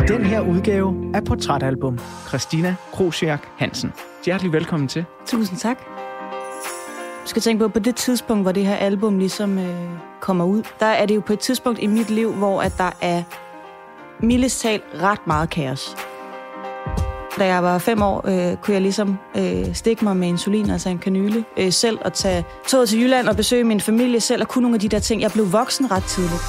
den her udgave af Portrætalbum, Christina Krosiak Hansen. Hjertelig velkommen til. Tusind tak. Du skal tænke på det tidspunkt, hvor det her album ligesom kommer ud, der er det jo på et tidspunkt i mit liv, hvor at der er mildest talt ret meget kaos. Da jeg var 5 år, kunne jeg ligesom stikke mig med insulin, altså en kanyle, selv og tage toget til Jylland og besøge min familie selv og kunne nogle af de der ting. Jeg blev voksen ret tidligt.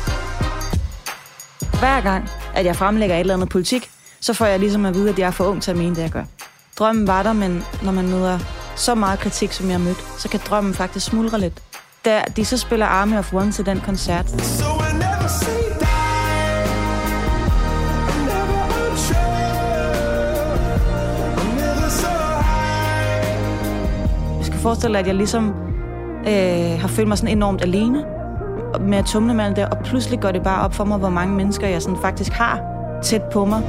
Hver gang, at jeg fremlægger et eller andet politik, så får jeg ligesom at vide, at jeg er for ung til at mene det, jeg gør. Drømmen var der, men når man møder så meget kritik, som jeg har mødt, så kan drømmen faktisk smuldre lidt. Da de så spiller Army of One til den koncert. Jeg skal forestille dig, at jeg ligesom har følt mig sådan enormt alene med at tumle med det, og pludselig går det bare op for mig, hvor mange mennesker jeg sådan faktisk har tæt på mig.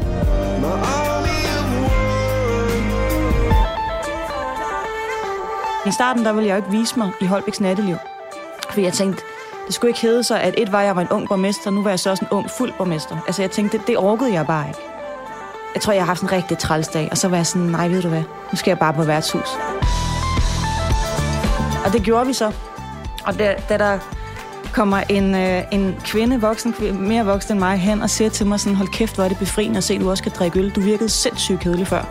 I starten, der ville jeg jo ikke vise mig i Holbæks natteliv. Fordi jeg tænkte, det skulle ikke hedde sig, at jeg var en ung borgmester, nu var jeg så også en ung fuld borgmester. Altså jeg tænkte, det orkede jeg bare ikke. Jeg tror, jeg har haft en rigtig trælsdag, og så var jeg sådan, nej, ved du hvad, nu skal jeg bare på værtshus. Og det gjorde vi så. Og da der kommer en kvinde, mere voksen end mig, hen og siger til mig sådan, hold kæft, hvor er det befriende at se, at du også kan drikke øl. Du virkede sindssygt kedelig før.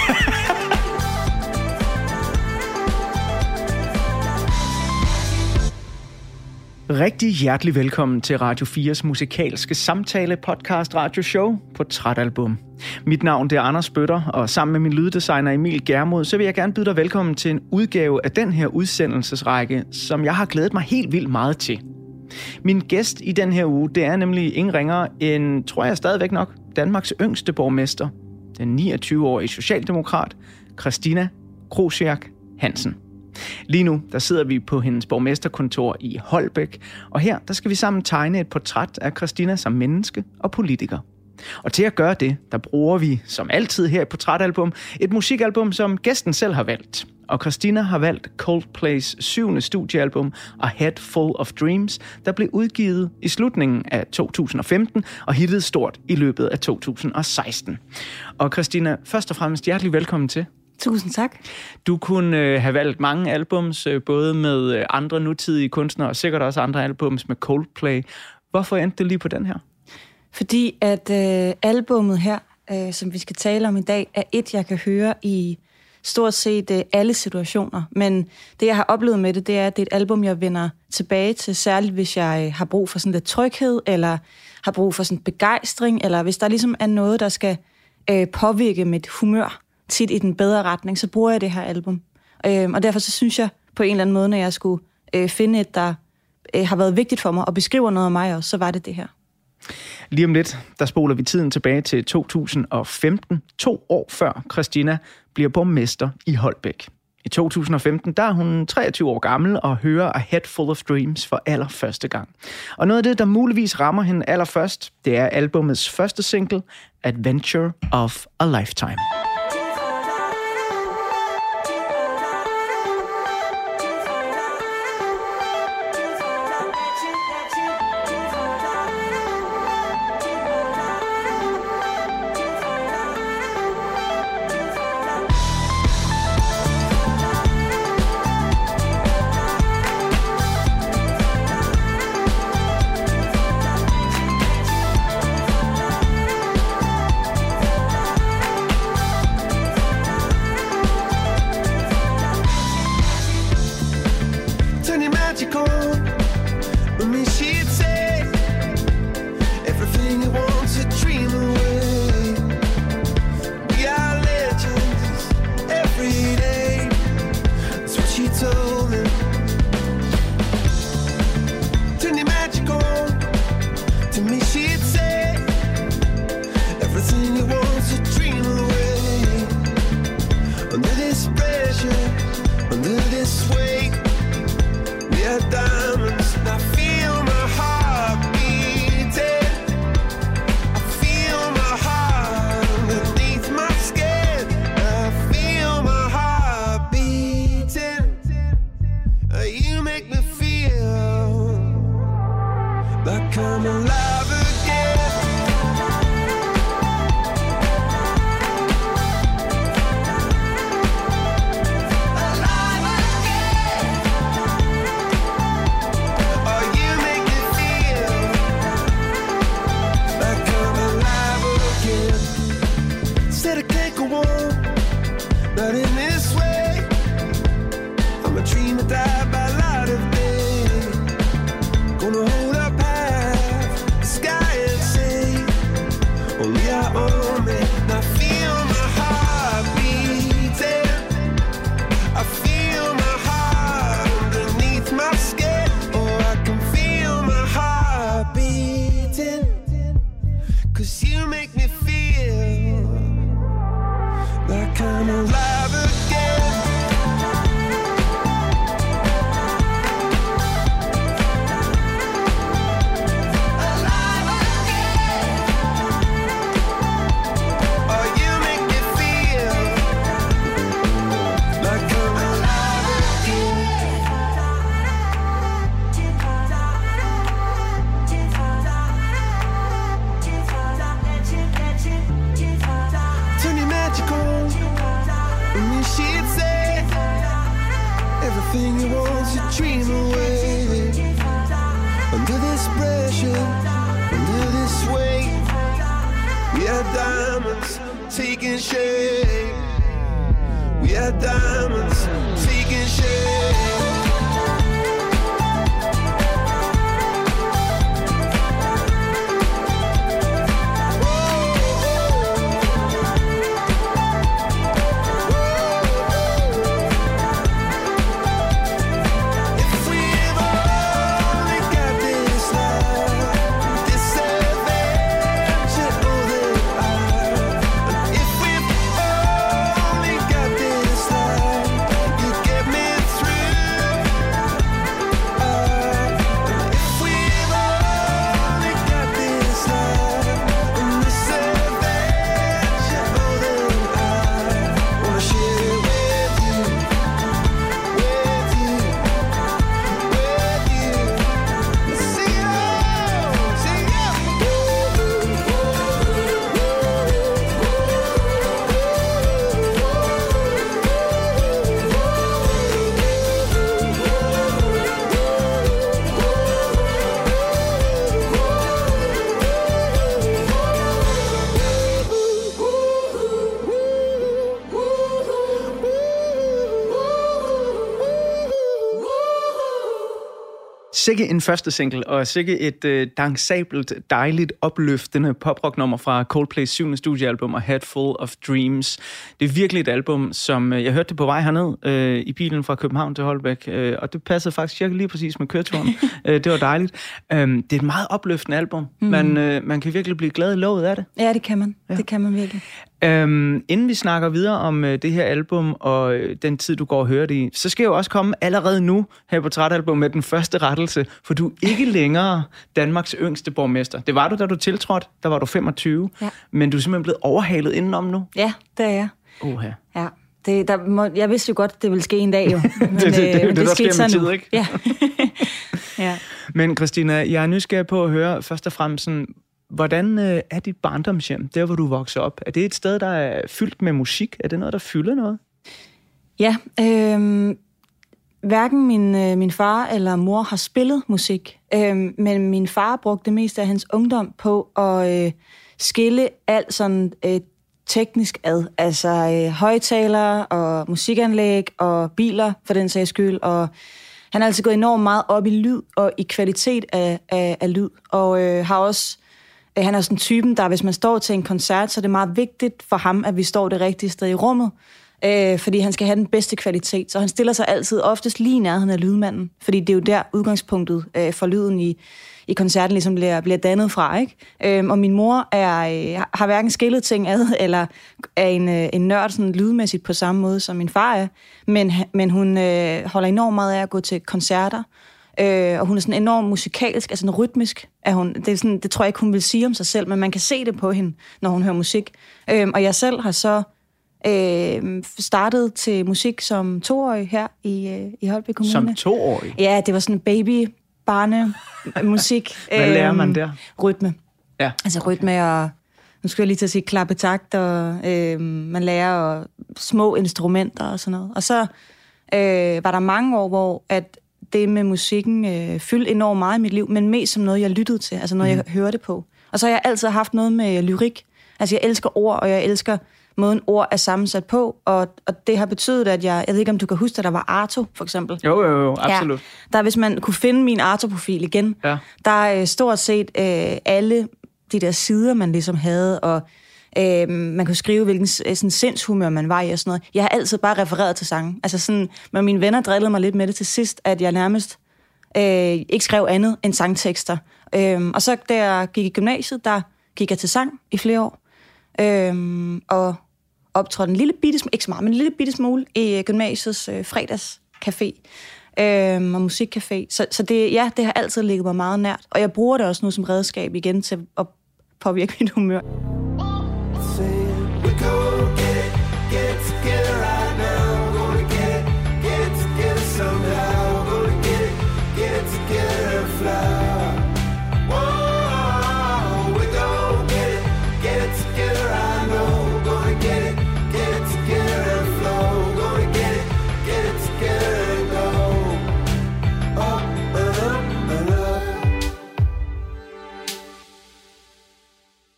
Rigtig hjertelig velkommen til Radio 4's musikalske samtale podcast radioshow Portrætalbum. Mit navn det er Anders Bøtter, og sammen med min lyddesigner Emil Germod, så vil jeg gerne byde dig velkommen til en udgave af den her udsendelsesrække, som jeg har glædet mig helt vildt meget til. Min gæst i den her uge, det er nemlig ingen ringere end, tror jeg stadigvæk nok, Danmarks yngste borgmester, den 29-årige socialdemokrat, Christina Krosiak Hansen. Lige nu, der sidder vi på hendes borgmesterkontor i Holbæk, og her, der skal vi sammen tegne et portræt af Christina som menneske og politiker. Og til at gøre det, der bruger vi, som altid her i Portrætalbum, et musikalbum, som gæsten selv har valgt. Og Christina har valgt Coldplays 7. studiealbum, A Head Full of Dreams, der blev udgivet i slutningen af 2015 og hittede stort i løbet af 2016. Og Christina, først og fremmest hjertelig velkommen til. Tusind tak. Du kunne have valgt mange albums, både med andre nutidige kunstnere, og sikkert også andre albums med Coldplay. Hvorfor endte det lige på den her? Fordi at albummet her, som vi skal tale om i dag, er et, jeg kan høre i stort set alle situationer. Men det, jeg har oplevet med det, det er, at det er et album, jeg vender tilbage til, særligt hvis jeg har brug for sådan lidt tryghed, eller har brug for sådan begejstring, eller hvis der ligesom er noget, der skal påvirke mit humør tit i den bedre retning, så bruger jeg det her album. Og derfor så synes jeg på en eller anden måde, når jeg skulle finde et, der har været vigtigt for mig, og beskriver noget af mig også, så var det her. Lige om lidt, der spoler vi tiden tilbage til 2015, 2 år før Christina bliver borgmester i Holbæk. I 2015, der er hun 23 år gammel og hører A Head Full of Dreams for allerførste gang. Og noget af det, der muligvis rammer hende allerførst, det er albumets første single, Adventure of a Lifetime. Like I'm alive again. under this pressure, under this weight. We are diamonds taking shape. We are diamonds taking shape. Sikke en første single, og sikke et dansabelt, dejligt, opløftende poprock-nummer fra Coldplays 7. studiealbum, A Head Full of Dreams. Det er virkelig et album, som jeg hørte det på vej herned i bilen fra København til Holbæk, og det passede faktisk lige præcis med køreturen. Det var dejligt. Det er et meget opløftende album. Man kan virkelig blive glad i låget af det. Ja, det kan man. Ja. Det kan man virkelig. Inden vi snakker videre om det her album og den tid, du går og hører det i, så skal jeg jo også komme allerede nu her på Portrætalbum med den første rettelse, for du er ikke længere Danmarks yngste borgmester. Det var du, da du tiltrådte. Der var du 25, men du er simpelthen blevet overhalet indenom nu. Ja, det er jeg. Oha. Ja. Jeg vidste jo godt, det ville ske en dag jo. Men, det der sker med tid, ikke? Ja. Ja. Men Christina, jeg er nysgerrig på at høre først og fremmest sådan, hvordan er dit barndomshjem, der hvor du vokser op? Er det et sted, der er fyldt med musik? Er det noget, der fylder noget? Ja, hverken min far eller mor har spillet musik, men min far brugte det meste af hans ungdom på at skille alt sådan teknisk ad. Altså højtalere og musikanlæg og biler for den sags skyld, og han har altid gået enormt meget op i lyd og i kvalitet af lyd, og har også... Han er sådan typen, der hvis man står til en koncert, så er det meget vigtigt for ham, at vi står det rigtige sted i rummet, fordi han skal have den bedste kvalitet. Så han stiller sig altid oftest lige i nærheden af lydmanden, fordi det er jo der udgangspunktet for lyden i koncerten ligesom bliver dannet fra, ikke? Og min mor har hverken skillet ting ad, eller er en nørd sådan lydmæssigt på samme måde, som min far er, men hun holder enormt meget af at gå til koncerter, og hun er sådan enormt musikalsk, altså rytmisk er hun. Det tror jeg ikke, hun vil sige om sig selv, men man kan se det på hende, når hun hører musik. Og jeg selv har så startet til musik som 2-årig her i Holbæk Kommune. Som 2-årig? Ja, det var sådan baby-barne-musik. Hvad lærer man der? Rytme. Ja. Altså rytme og, nu skal jeg lige til at sige klappetakt, og man lærer små instrumenter og sådan noget. Og så var der mange år, hvor at det med musikken fyldte enormt meget i mit liv, men mest som noget, jeg lyttede til, altså noget, jeg hørte på. Og så har jeg altid haft noget med lyrik. Altså, jeg elsker ord, og jeg elsker måden ord er sammensat på, og det har betydet, at jeg ved ikke, om du kan huske, at der var Arto, for eksempel. Jo, absolut. Ja, der, hvis man kunne finde min Arto-profil igen, der er stort set alle de der sider, man ligesom havde, og man kunne skrive, hvilken sådan sindshumør man var i og sådan noget. Jeg har altid bare refereret til sange. Altså sådan, men mine venner drillede mig lidt med det til sidst, at jeg nærmest ikke skrev andet end sangtekster. Og så da jeg gik i gymnasiet, der gik jeg til sang i flere år. Og optrådte en lille bitte smule, ikke så meget, men en lille bitte smule i gymnasiets fredagscafé og musikcafé. Så det har altid ligget mig meget nært. Og jeg bruger det også nu som redskab igen til at påvirke mit humør.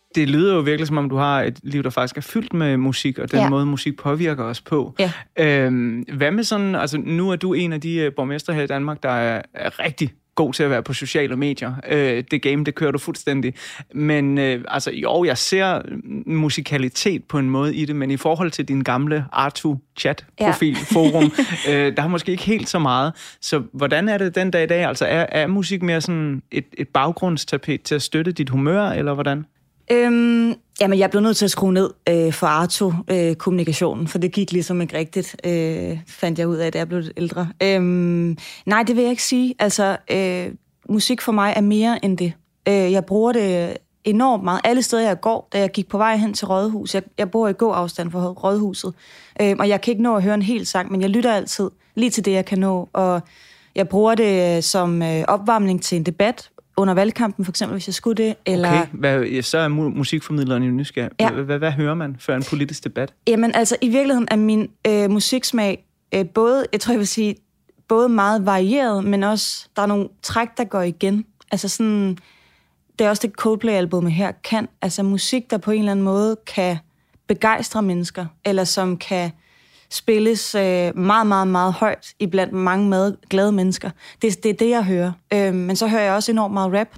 Det lyder jo virkelig, som om du har et liv, der faktisk er fyldt med musik, og den måde, musik påvirker os på. Ja. Hvad med sådan, altså nu er du en af de borgmestre her i Danmark, der er rigtig god til at være på sociale medier. Det game, det kører du fuldstændig. Men altså, jo, jeg ser musikalitet på en måde i det, men i forhold til din gamle Artu-chat-profil, forum, der er måske ikke helt så meget. Så hvordan er det den dag i dag? Altså, er musik mere sådan et baggrundstapet til at støtte dit humør, eller hvordan? Jamen, jeg blev nødt til at skrue ned for Arto-kommunikationen, for det gik ligesom ikke rigtigt, fandt jeg ud af, da jeg blev lidt ældre. Nej, det vil jeg ikke sige. Altså, musik for mig er mere end det. Jeg bruger det enormt meget. Alle steder, jeg går, da jeg gik på vej hen til Rådhus. Jeg bor i gåafstand fra Rådhuset, og jeg kan ikke nå at høre en hel sang, men jeg lytter altid lige til det, jeg kan nå. Og jeg bruger det som opvarmning til en debat, under valgkampen, for eksempel, hvis jeg skulle det. Eller... Okay, så er musikformidleren jo nysgerrig. Ja. Hvad hører man før en politisk debat? Jamen, altså, i virkeligheden er min musiksmag både, jeg tror, jeg vil sige, både meget varieret, men også, der er nogle træk, der går igen. Altså sådan, det er også det Coldplay-albummet her kan. Altså musik, der på en eller anden måde kan begejstre mennesker, eller som kan spilles meget, meget, meget højt iblandt mange glade mennesker. Det er det, jeg hører. Men så hører jeg også enormt meget rap.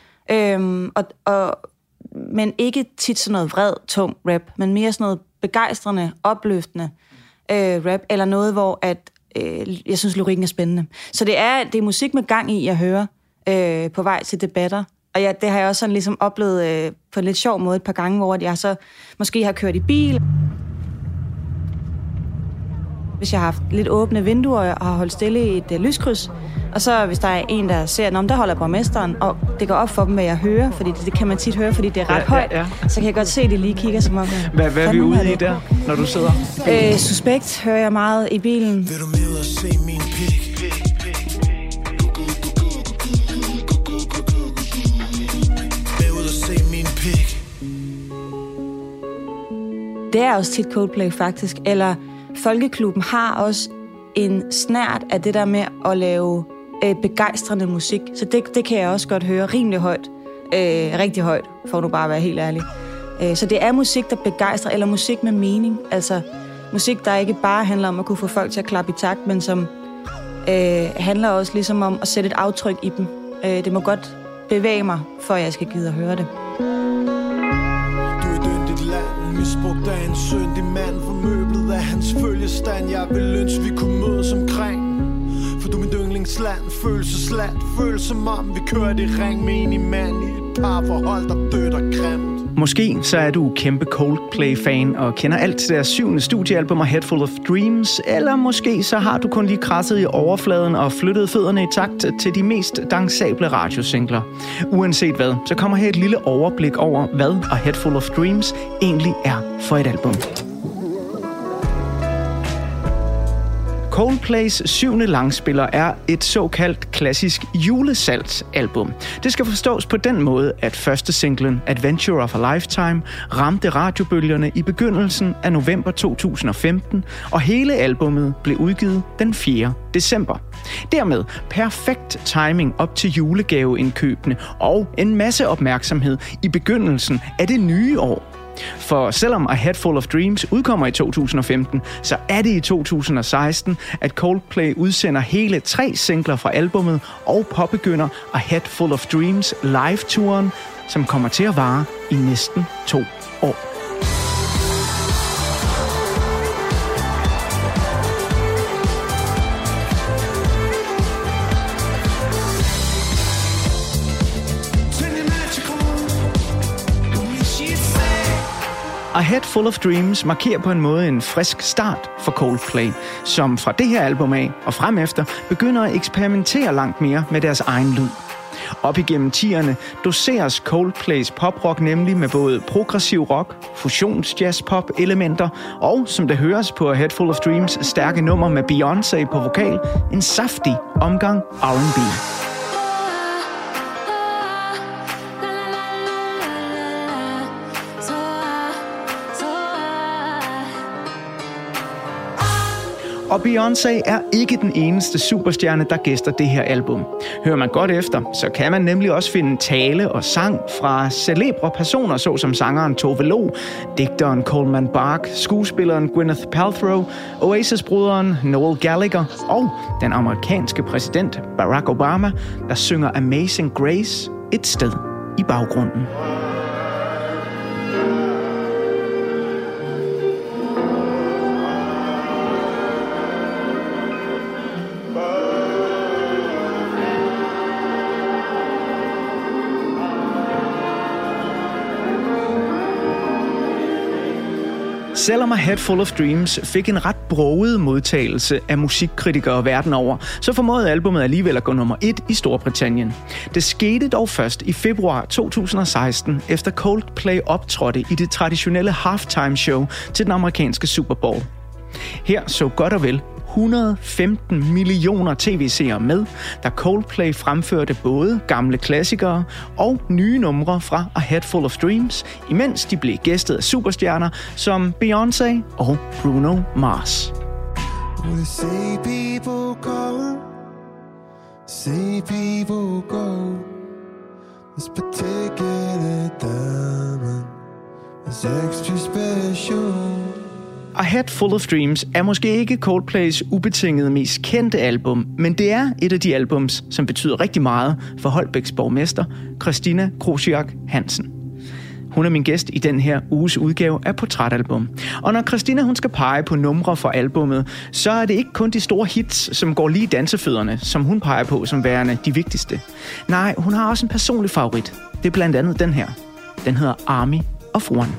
Men ikke tit sådan noget vred, tung rap, men mere sådan noget begejstrende, opløftende rap, eller noget, hvor jeg synes, lyrikken er spændende. Så det er musik med gang i, jeg hører på vej til debatter. Og det har jeg også sådan ligesom oplevet på en lidt sjov måde et par gange, hvor jeg så måske har kørt i bil. Hvis jeg har haft lidt åbne vinduer og har holdt stille i et lyskryds, og så hvis der er en, der ser, der holder borgmesteren, og det går op for dem, hvad jeg hører, fordi det kan man tit høre, fordi det er ret højt, så kan jeg godt se, at de lige kigger som om... Hvad er vi ude i der, når du sidder? Suspekt hører jeg meget i bilen. Vil du med og se min pik? Med ud og se min pik? Det er også tit Coldplay, faktisk, eller... Folkeklubben har også en snert af det der med at lave begejstrende musik. Så det kan jeg også godt høre rimelig højt. Rigtig højt, for nu bare at være helt ærlig. Så det er musik, der begejstrer, eller musik med mening. Altså musik, der ikke bare handler om at kunne få folk til at klappe i takt, men som handler også ligesom om at sætte et aftryk i dem. Det må godt bevæge mig, for jeg skal gide at høre det. Misbrugt af en syndig mand, formøblet af hans følgestand. Jeg vil ønske, vi kunne mødes omkring. For du er mit yndlingsland, følelsesland. Føles som om vi kører i ring med en i mand i et parforhold, der dødt og grimt. Måske så er du kæmpe Coldplay-fan og kender alt til deres 7. studiealbum A Head Full of Dreams, eller måske så har du kun lige kradset i overfladen og flyttet fødderne i takt til de mest dansable radiosingler. Uanset hvad, så kommer her et lille overblik over, hvad A Head Full of Dreams egentlig er for et album. Coldplays 7. langspiller er et såkaldt klassisk julesalgsalbum. Det skal forstås på den måde, at første singlen Adventure of a Lifetime ramte radiobølgerne i begyndelsen af november 2015, og hele albummet blev udgivet den 4. december. Dermed perfekt timing op til julegaveindkøbene og en masse opmærksomhed i begyndelsen af det nye år. For selvom A Head Full of Dreams udkommer i 2015, så er det i 2016, at Coldplay udsender hele 3 singler fra albummet og påbegynder A Head Full of Dreams live-turen, som kommer til at vare i næsten 2 år. A Head Full of Dreams markerer på en måde en frisk start for Coldplay, som fra det her album af og frem efter begynder at eksperimentere langt mere med deres egen lyd. Op igennem 10'erne doseres Coldplays poprock nemlig med både progressiv rock, fusions-jazz-pop-elementer og, som det høres på A Head Full of Dreams stærke nummer med Beyoncé på vokal, en saftig omgang R&B. Og Beyoncé er ikke den eneste superstjerne, der gæster det her album. Hører man godt efter, så kan man nemlig også finde tale og sang fra celebre personer, såsom sangeren Tove Lo, digteren Coleman Bark, skuespilleren Gwyneth Paltrow, Oasis-broderen Noel Gallagher og den amerikanske præsident Barack Obama, der synger Amazing Grace et sted i baggrunden. Selvom A Head Full of Dreams fik en ret broget modtagelse af musikkritikere verden over, så formåede albumet alligevel at gå nummer 1 i Storbritannien. Det skete dog først i februar 2016, efter Coldplay optrådte i det traditionelle halftime show til den amerikanske Super Bowl. Her så godt og vel 115 millioner tv-seere med, da Coldplay fremførte både gamle klassikere og nye numre fra A Head Full of Dreams, imens de blev gæstet af superstjerner som Beyoncé og Bruno Mars. We see people come, see people go. This particular diamond is extra special. A Head Full of Dreams er måske ikke Coldplays ubetinget mest kendte album, men det er et af de albums, som betyder rigtig meget for Holbæks borgmester, Christina Krosiak Hansen. Hun er min gæst i den her uges udgave af Portrætalbum. Og når Christina hun skal pege på numre for albummet, så er det ikke kun de store hits, som går lige dansefødderne, som hun peger på som værende de vigtigste. Nej, hun har også en personlig favorit. Det er blandt andet den her. Den hedder Army of One.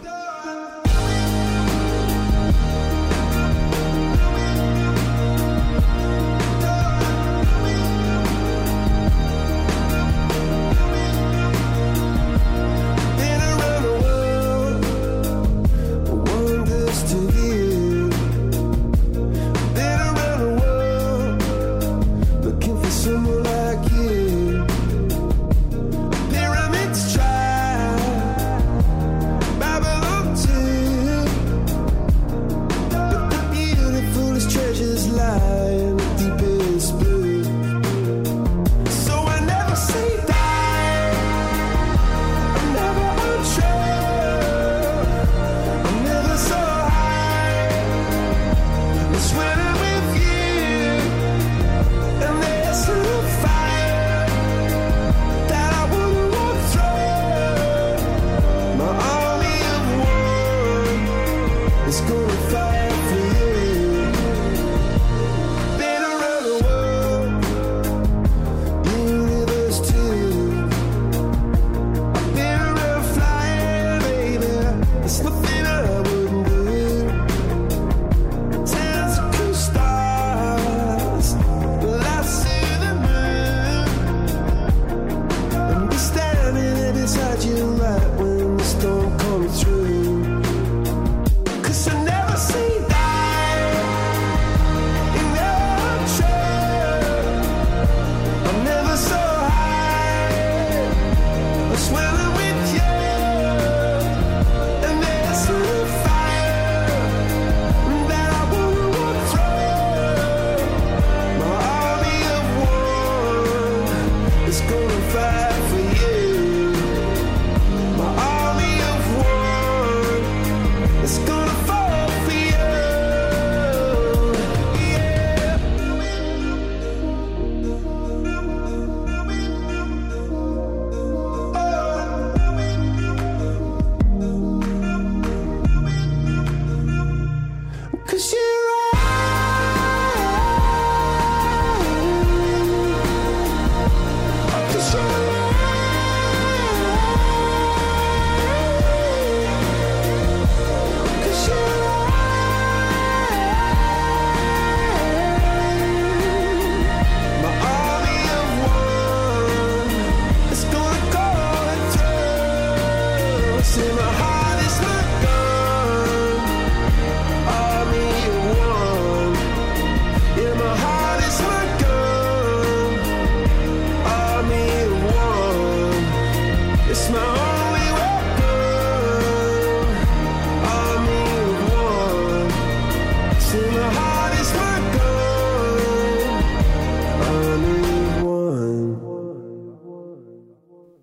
Cause you're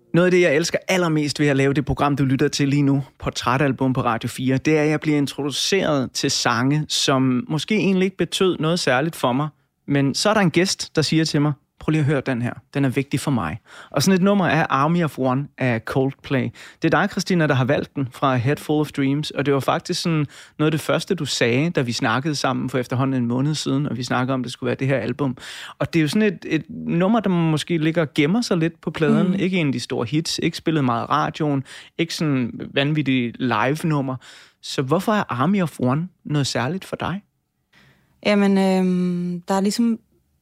Noget af det, jeg elsker allermest ved at lave det program, du lytter til lige nu, Portrætalbum på Radio 4, det er, at jeg bliver introduceret til sange, som måske egentlig ikke betød noget særligt for mig. Men så er der en gæst, der siger til mig, prøv lige at høre den her, den er vigtig for mig. Og sådan et nummer er Army of One af Coldplay. Det er dig, Christina, der har valgt den fra A Head Full of Dreams, og det var faktisk sådan noget af det første, du sagde, da vi snakkede sammen for efterhånden en måned siden, og vi snakkede om, det skulle være det her album. Og det er jo sådan et nummer, der måske ligger og gemmer sig lidt på pladen. Ikke en af de store hits, ikke spillet meget i radioen, ikke sådan vanvittig live-nummer. Så hvorfor er Army of One noget særligt for dig? Jamen, der er ligesom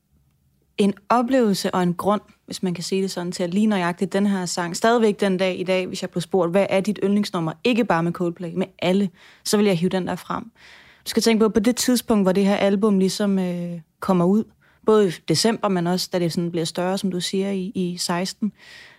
en oplevelse og en grund, hvis man kan sige det sådan, til at lige nøjagtigt den her sang. Stadigvæk den dag i dag, hvis jeg blev spurgt, hvad er dit yndlingsnummer? Ikke bare med Coldplay, med alle. Så vil jeg hive den der frem. Du skal tænke på det tidspunkt, hvor det her album ligesom kommer ud. Både i december, men også da det sådan bliver større, som du siger, i 16.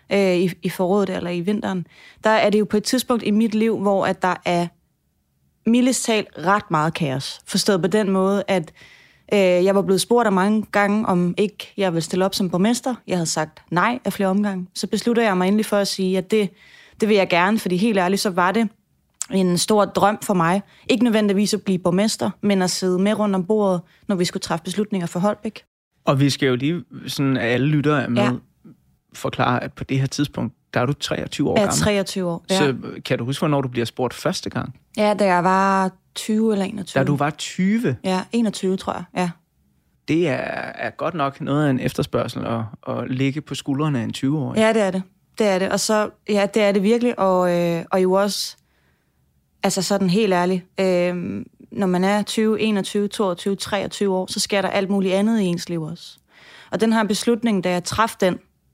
I foråret eller i vinteren. Der er det jo på et tidspunkt i mit liv, hvor at der er mildest talt ret meget kaos. Forstået på den måde, at jeg var blevet spurgt mange gange, om ikke jeg ville stille op som borgmester. Jeg havde sagt nej af flere omgange. Så besluttede jeg mig endelig for at sige, at det vil jeg gerne, fordi helt ærligt, så var det en stor drøm for mig. Ikke nødvendigvis at blive borgmester, men at sidde med rundt om bordet, når vi skulle træffe beslutninger for Holbæk. Og vi skal jo lige, sådan at alle lyttere er med, forklare, at på det her tidspunkt, der er du 23 år gammel. 23 år, ja. Så kan du huske, hvornår du bliver spurgt første gang? Ja, da jeg var 20 eller 21. Da du var 20? Ja, 21 tror jeg, ja. Det er godt nok noget af en efterspørgsel at ligge på skuldrene af en 20-årig. Ja, det er det. Det er det. Og så, ja, det er det virkelig. Og jo også, altså sådan helt ærligt, når man er 20, 21, 22, 23 år, så sker der alt muligt andet i ens liv også. Og den her beslutning, da jeg traf den,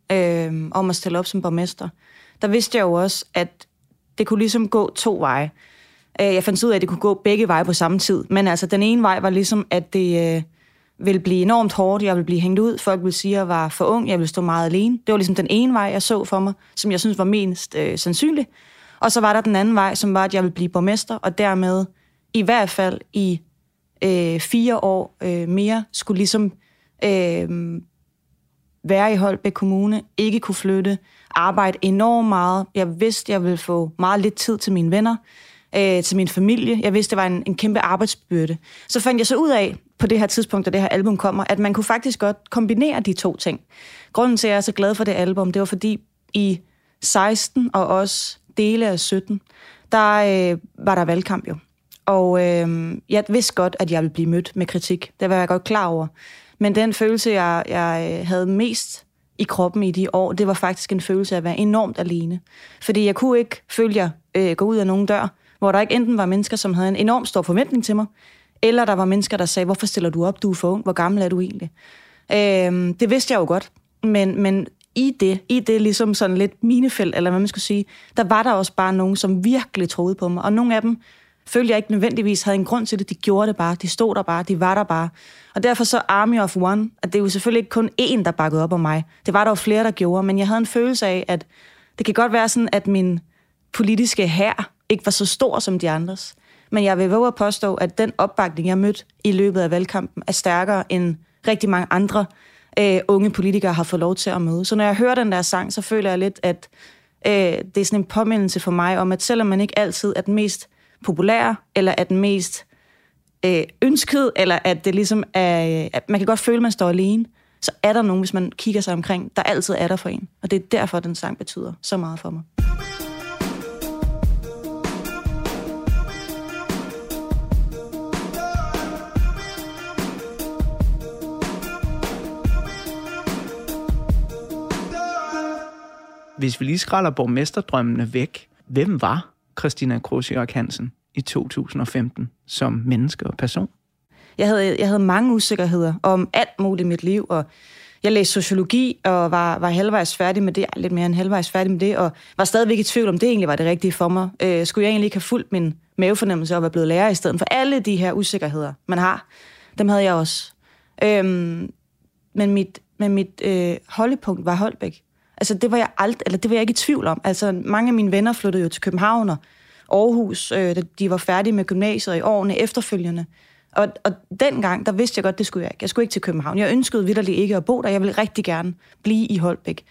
om at stille op som borgmester, der vidste jeg jo også, at det kunne ligesom gå 2 veje. Jeg fandt ud af, at det kunne gå begge veje på samme tid. Men altså, den ene vej var ligesom, at det ville blive enormt hårdt. Jeg ville blive hængt ud. Folk ville sige, at jeg var for ung. Jeg ville stå meget alene. Det var ligesom den ene vej, jeg så for mig, som jeg synes var mest sandsynlig. Og så var der den anden vej, som var, at jeg ville blive borgmester, og dermed i hvert fald i 4 år mere skulle ligesom være i Holbæk Kommune, ikke kunne flytte, arbejde enormt meget. Jeg vidste, jeg ville få meget lidt tid til mine venner, til min familie. Jeg vidste, det var en kæmpe arbejdsbyrde. Så fandt jeg så ud af, på det her tidspunkt, da det her album kommer, at man kunne faktisk godt kombinere de 2 ting. Grunden til, at jeg er så glad for det album, det var fordi i 16 og også dele af 17, der var der valgkamp jo. Og jeg vidste godt, at jeg ville blive mødt med kritik. Det var jeg godt klar over. Men den følelse, jeg havde mest i kroppen i de år, det var faktisk en følelse af at være enormt alene. Fordi jeg kunne ikke føle, jeg gå ud af nogen dør, hvor der ikke enten var mennesker, som havde en enormt stor forventning til mig, eller der var mennesker, der sagde, hvorfor stiller du op, du er for ung, hvor gammel er du egentlig? Det vidste jeg jo godt, men i det ligesom sådan lidt minefelt, eller hvad man skulle sige, der var der også bare nogen, som virkelig troede på mig, og nogle af dem følte jeg ikke nødvendigvis havde en grund til det. De gjorde det bare, de stod der bare, de var der bare. Og derfor så Army of One, at det er jo selvfølgelig ikke kun én, der bakkede op om mig. Det var der jo flere, der gjorde, men jeg havde en følelse af, at det kan godt være sådan, at min politiske hær ikke var så stor som de andres. Men jeg vil våge at påstå, at den opbakning, jeg mødte i løbet af valgkampen, er stærkere end rigtig mange andre unge politikere har fået lov til at møde. Så når jeg hører den der sang, så føler jeg lidt, at det er sådan en påmindelse for mig om, at selvom man ikke altid er den mest populære, eller er den mest ønsket, eller at det ligesom er, at man kan godt føle, at man står alene, så er der nogen, hvis man kigger sig omkring, der altid er der for en. Og det er derfor, den sang betyder så meget for mig. Hvis vi lige skræller borgmesterdrømmene væk, hvem var Christina Krusjok Hansen i 2015 som menneske og person? Jeg havde mange usikkerheder om alt muligt i mit liv, og jeg læste sociologi og var halvvejs færdig med det, lidt mere end halvvejs færdig med det, og var stadigvæk i tvivl om det egentlig var det rigtige for mig. Skulle jeg egentlig ikke have fulgt min mavefornemmelse og være blevet lærer i stedet for alle de her usikkerheder, man har? Dem havde jeg også. Men mit holdepunkt var Holbæk. Altså det var jeg ikke i tvivl om. Altså mange af mine venner flyttede jo til København og Aarhus, de var færdige med gymnasiet i årene efterfølgende. Og dengang, der vidste jeg godt, det skulle jeg ikke. Jeg skulle ikke til København. Jeg ønskede vitterligt ikke at bo der. Jeg ville rigtig gerne blive i Holbæk.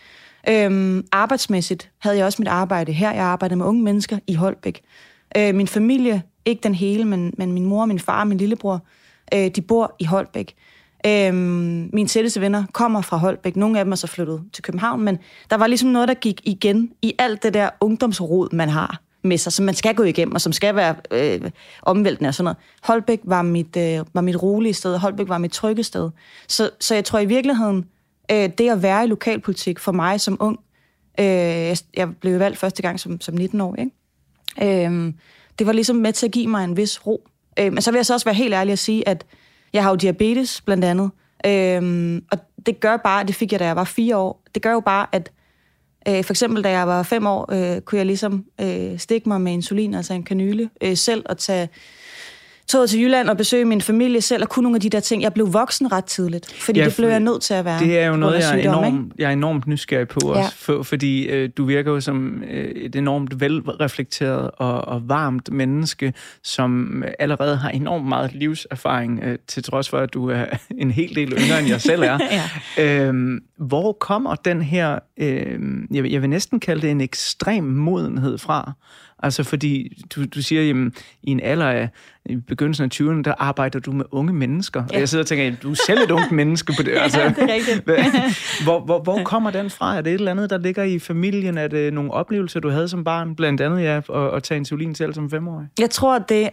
Arbejdsmæssigt havde jeg også mit arbejde her. Jeg arbejdede med unge mennesker i Holbæk. Min familie, ikke den hele, men min mor, min far og min lillebror, de bor i Holbæk. Mine tætteste venner kommer fra Holbæk. Nogle af dem er så flyttet til København, men der var ligesom noget, der gik igen i alt det der ungdomsrod, man har med sig, som man skal gå igennem, og som skal være omvæltende og sådan noget. Holbæk var mit rolige sted, Holbæk var mit trygge sted. Så jeg tror i virkeligheden, det at være i lokalpolitik for mig som ung, jeg blev valgt første gang som 19-årig, ikke? Det var ligesom med til at give mig en vis ro. Men så vil jeg så også være helt ærlig at sige, at jeg har jo diabetes, blandt andet. Og det gør bare, det fik jeg, da jeg var 4 år, det gør jo bare, at for eksempel, da jeg var 5 år, kunne jeg ligesom stikke mig med insulin, altså en kanyle, selv og tage toget til Jylland og besøge min familie selv, og kunne nogle af de der ting. Jeg blev voksen ret tidligt, fordi det blev jeg nødt til at være. Det er jo noget, jeg er enormt nysgerrig på også, fordi du virker jo som et enormt velreflekteret og varmt menneske, som allerede har enormt meget livserfaring, til trods for, at du er en hel del yngre, end jeg selv er. Hvor kommer den her, jeg vil næsten kalde det en ekstrem modenhed fra? Altså fordi du siger, jamen, i en alder af i begyndelsen af 20'erne, der arbejder du med unge mennesker. Og jeg sidder og tænker, du er selv et ungt menneske på det. Altså, det er rigtigt. Hvor kommer den fra? Er det et eller andet, der ligger i familien? Er det nogle oplevelser, du havde som barn? Blandt andet at tage insulin selv som 5-årig? Jeg tror, det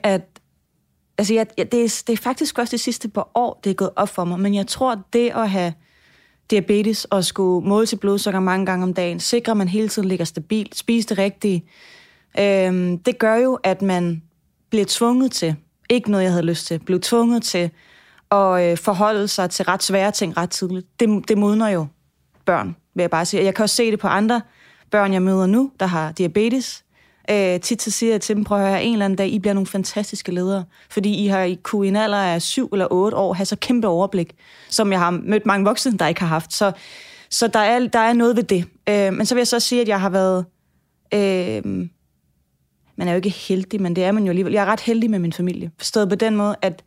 er faktisk også de sidste par år, det er gået op for mig. Men jeg tror, det at have diabetes og skulle måle sit blodsukker mange gange om dagen, sikre, at man hele tiden ligger stabilt, spise det rigtige, det gør jo, at man bliver tvunget til, ikke noget jeg havde lyst til, blev tvunget til at forholde sig til ret svære ting ret tidligt. Det modner jo børn, vil jeg bare sige. Jeg kan også se det på andre børn, jeg møder nu, der har diabetes. Tit så siger jeg til dem, prøv at høre, en eller anden dag, I bliver nogle fantastiske ledere, fordi I kunne i en alder af 7 eller 8 år have så kæmpe overblik, som jeg har mødt mange voksne, der ikke har haft. Så der er noget ved det. Men så vil jeg så sige, at jeg har været... Man er jo ikke heldig, men det er man jo alligevel. Jeg er ret heldig med min familie. Forstået på den måde, at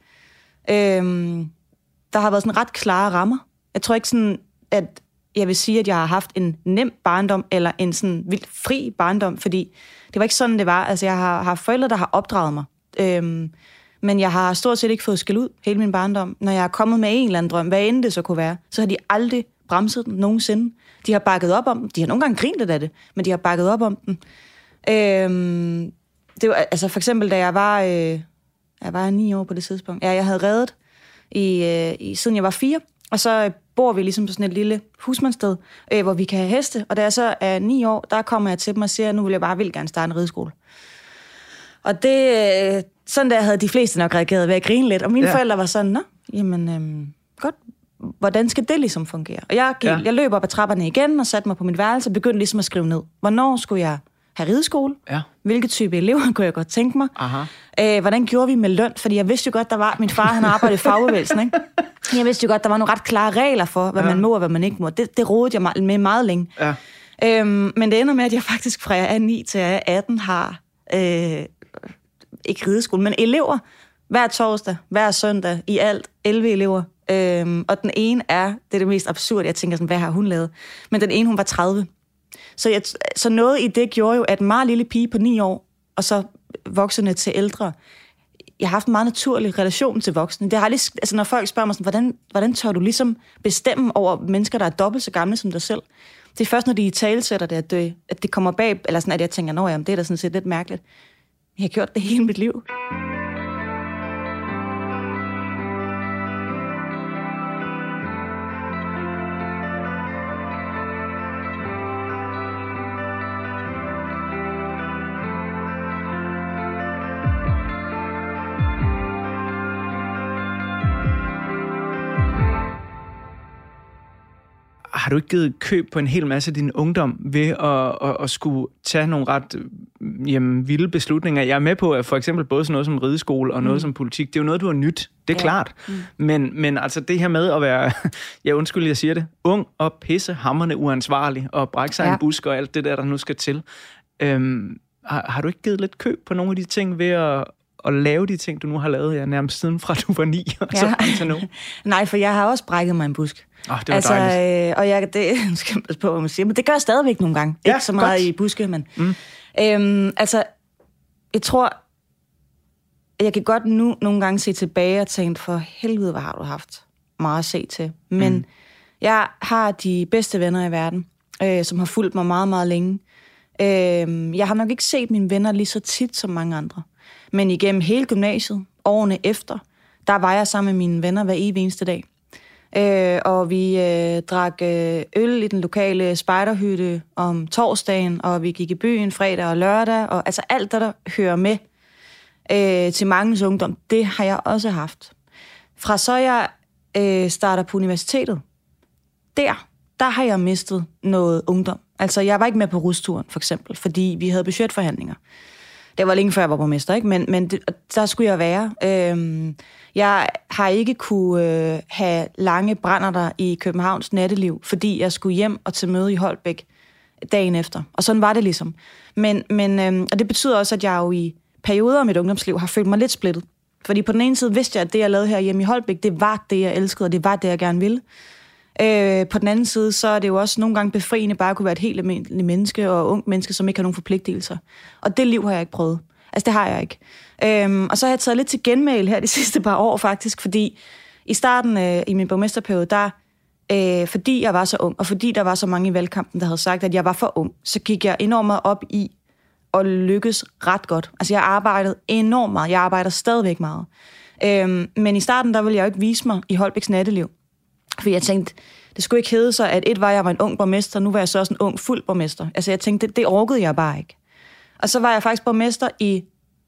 der har været sådan ret klare rammer. Jeg tror ikke sådan, at jeg vil sige, at jeg har haft en nem barndom, eller en sådan vildt fri barndom, fordi det var ikke sådan, det var. Altså, jeg har haft forældre, der har opdraget mig. Men jeg har stort set ikke fået skæld ud hele min barndom. Når jeg er kommet med en eller anden drøm, hvad end det så kunne være, så har de aldrig bremset den nogensinde. De har bakket op om den. De har nogle gange grint lidt af det, men de har bakket op om den. Det var, altså for eksempel, da jeg var 9 år på det tidspunkt. Jeg havde reddet siden jeg var 4, og så bor vi ligesom på sådan et lille husmandssted, hvor vi kan have heste. Og da jeg så er 9 år, der kommer jeg til dem og siger, at nu vil jeg bare vildt gerne starte en rideskole. Og det, sådan der havde de fleste nok reageret ved at grine lidt. Og mine forældre var sådan, nå, jamen, godt, hvordan skal det ligesom fungere? Og jeg løb op ad trapperne igen og satte mig på mit værelse og begyndte ligesom at skrive ned. Hvornår skulle jeg have rideskole? Ja. Hvilke type elever kunne jeg godt tænke mig? Hvordan gjorde vi med løn? Fordi jeg vidste jo godt, der var... Min far, han arbejdede i fagbevægelsen, ikke? Jeg vidste jo godt, der var nogle ret klare regler for, hvad man må og hvad man ikke må. Det rodede jeg med meget længe. Ja. Men det ender med, at jeg faktisk fra jeg er 9 til jeg er 18 har... ikke rideskole, men elever. Hver torsdag, hver søndag, i alt 11 elever. Og den ene det er det mest absurde, jeg tænker sådan, hvad har hun lavet? Men den ene, hun var 30. Så noget i det gjorde jo, at en meget lille pige på 9 år, og så voksne til ældre, jeg har haft en meget naturlig relation til voksne. Det har lige, altså når folk spørger mig sådan, hvordan tør du ligesom bestemme over mennesker, der er dobbelt så gamle som dig selv? Det er først, når de i talesætter det, at det kommer bag, eller sådan, at jeg tænker, nå jamen, det er da sådan set lidt mærkeligt. Jeg har gjort det hele mit liv. Har du ikke givet køb på en hel masse af din ungdom ved at skulle tage nogle ret vilde beslutninger? Jeg er med på, at for eksempel både sådan noget som rideskole og noget som politik, det er jo noget, du har nyt. Det er klart. Men altså det her med at være, jeg siger det, ung og pissehamrende uansvarlig og brække sig en busk og alt det der nu skal til. Har du ikke givet lidt køb på nogle af de ting ved at lave de ting, du nu har lavet, nærmest siden fra du var 9 og så frem til nu? Nej, for jeg har også brækket mig en busk. Det var dejligt. Og det skal man på, hvad man siger, men det gør jeg stadigvæk nogle gange. Ja, ikke så meget godt. I buske, men... jeg tror, jeg kan godt nu nogle gange se tilbage og tænke, for helvede, hvad har du haft meget at se til. Men jeg har de bedste venner i verden, som har fulgt mig meget, meget længe. Jeg har nok ikke set mine venner lige så tit som mange andre. Men igennem hele gymnasiet, årene efter, der var jeg sammen med mine venner hver evig eneste dag. Og vi drak øl i den lokale spejderhytte om torsdagen, og vi gik i byen fredag og lørdag, og altså alt, der hører med til mangens ungdom, det har jeg også haft. Fra så jeg starter på universitetet, der har jeg mistet noget ungdom. Altså, jeg var ikke med på rusturen, for eksempel, fordi vi havde budgetforhandlinger. Det var længe før jeg var borgmester, ikke? Men der skulle jeg være. Jeg har ikke kunne have lange brænder i Københavns natteliv, fordi jeg skulle hjem og til møde i Holbæk dagen efter. Og sådan var det ligesom. Og det betyder også, at jeg jo i perioder af mit ungdomsliv har følt mig lidt splittet. Fordi på den ene side vidste jeg, at det, jeg lavede her hjemme i Holbæk, det var det, jeg elskede, og det var det, jeg gerne ville. På den anden side, så er det jo også nogle gange befriende bare at kunne være et helt almindeligt menneske og ung menneske, som ikke har nogen forpligtelser. Og det liv har jeg ikke prøvet. Altså, det har jeg ikke. Og så har jeg taget lidt til genmæl her de sidste par år, faktisk, fordi i starten i min borgmesterperiode, fordi jeg var så ung, og fordi der var så mange i valgkampen, der havde sagt, at jeg var for ung, så gik jeg enormt meget op i at lykkes ret godt. Altså, jeg arbejdede enormt meget. Jeg arbejder stadigvæk meget. Men i starten, der ville jeg jo ikke vise mig i Holbæks natteliv. Fordi jeg tænkte, det skulle ikke hedde sig, at jeg var en ung borgmester, nu var jeg så også en ung fuld borgmester. Altså jeg tænkte, det orkede jeg bare ikke. Og så var jeg faktisk borgmester i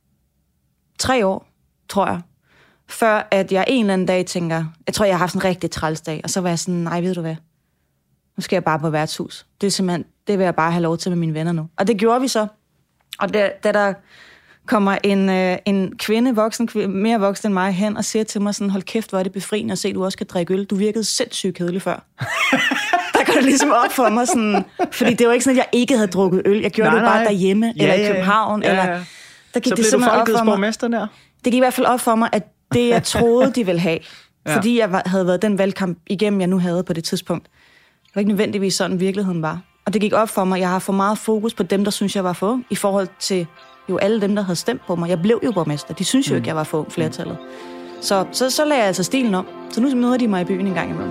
3 år, tror jeg. Før at jeg en eller anden dag tænker, jeg tror, jeg har haft en rigtig trælsdag. Og så var jeg sådan, nej, ved du hvad? Nu skal jeg bare på værtshus. Det er simpelthen, det vil jeg bare have lov til med mine venner nu. Og det gjorde vi så. Og da der kommer en kvinde, mere voksen end mig, hen og siger til mig sådan, hold kæft, hvor er det befriende at se, at du også kan drikke øl. Du virkede sindssygt kedelig før. Der går det ligesom op for mig sådan, fordi det var ikke sådan, at jeg ikke havde drukket øl. Jeg gjorde det bare derhjemme, eller i København. Ja. Eller, der gik så blev du folkets borgmester der? Det gik i hvert fald op for mig, at det, jeg troede, de ville have, fordi jeg havde været den valgkamp igennem, jeg nu havde på det tidspunkt, det var ikke nødvendigvis sådan, virkeligheden var. Og det gik op for mig, jeg har for meget fokus på dem, der synes, jeg var for, i forhold til jo alle dem, der havde stemt på mig. Jeg blev jo borgmester. De synes jo ikke, jeg var for flertallet. Så lagde jeg altså stilen om. Så nu møder de mig i byen en gang imellem.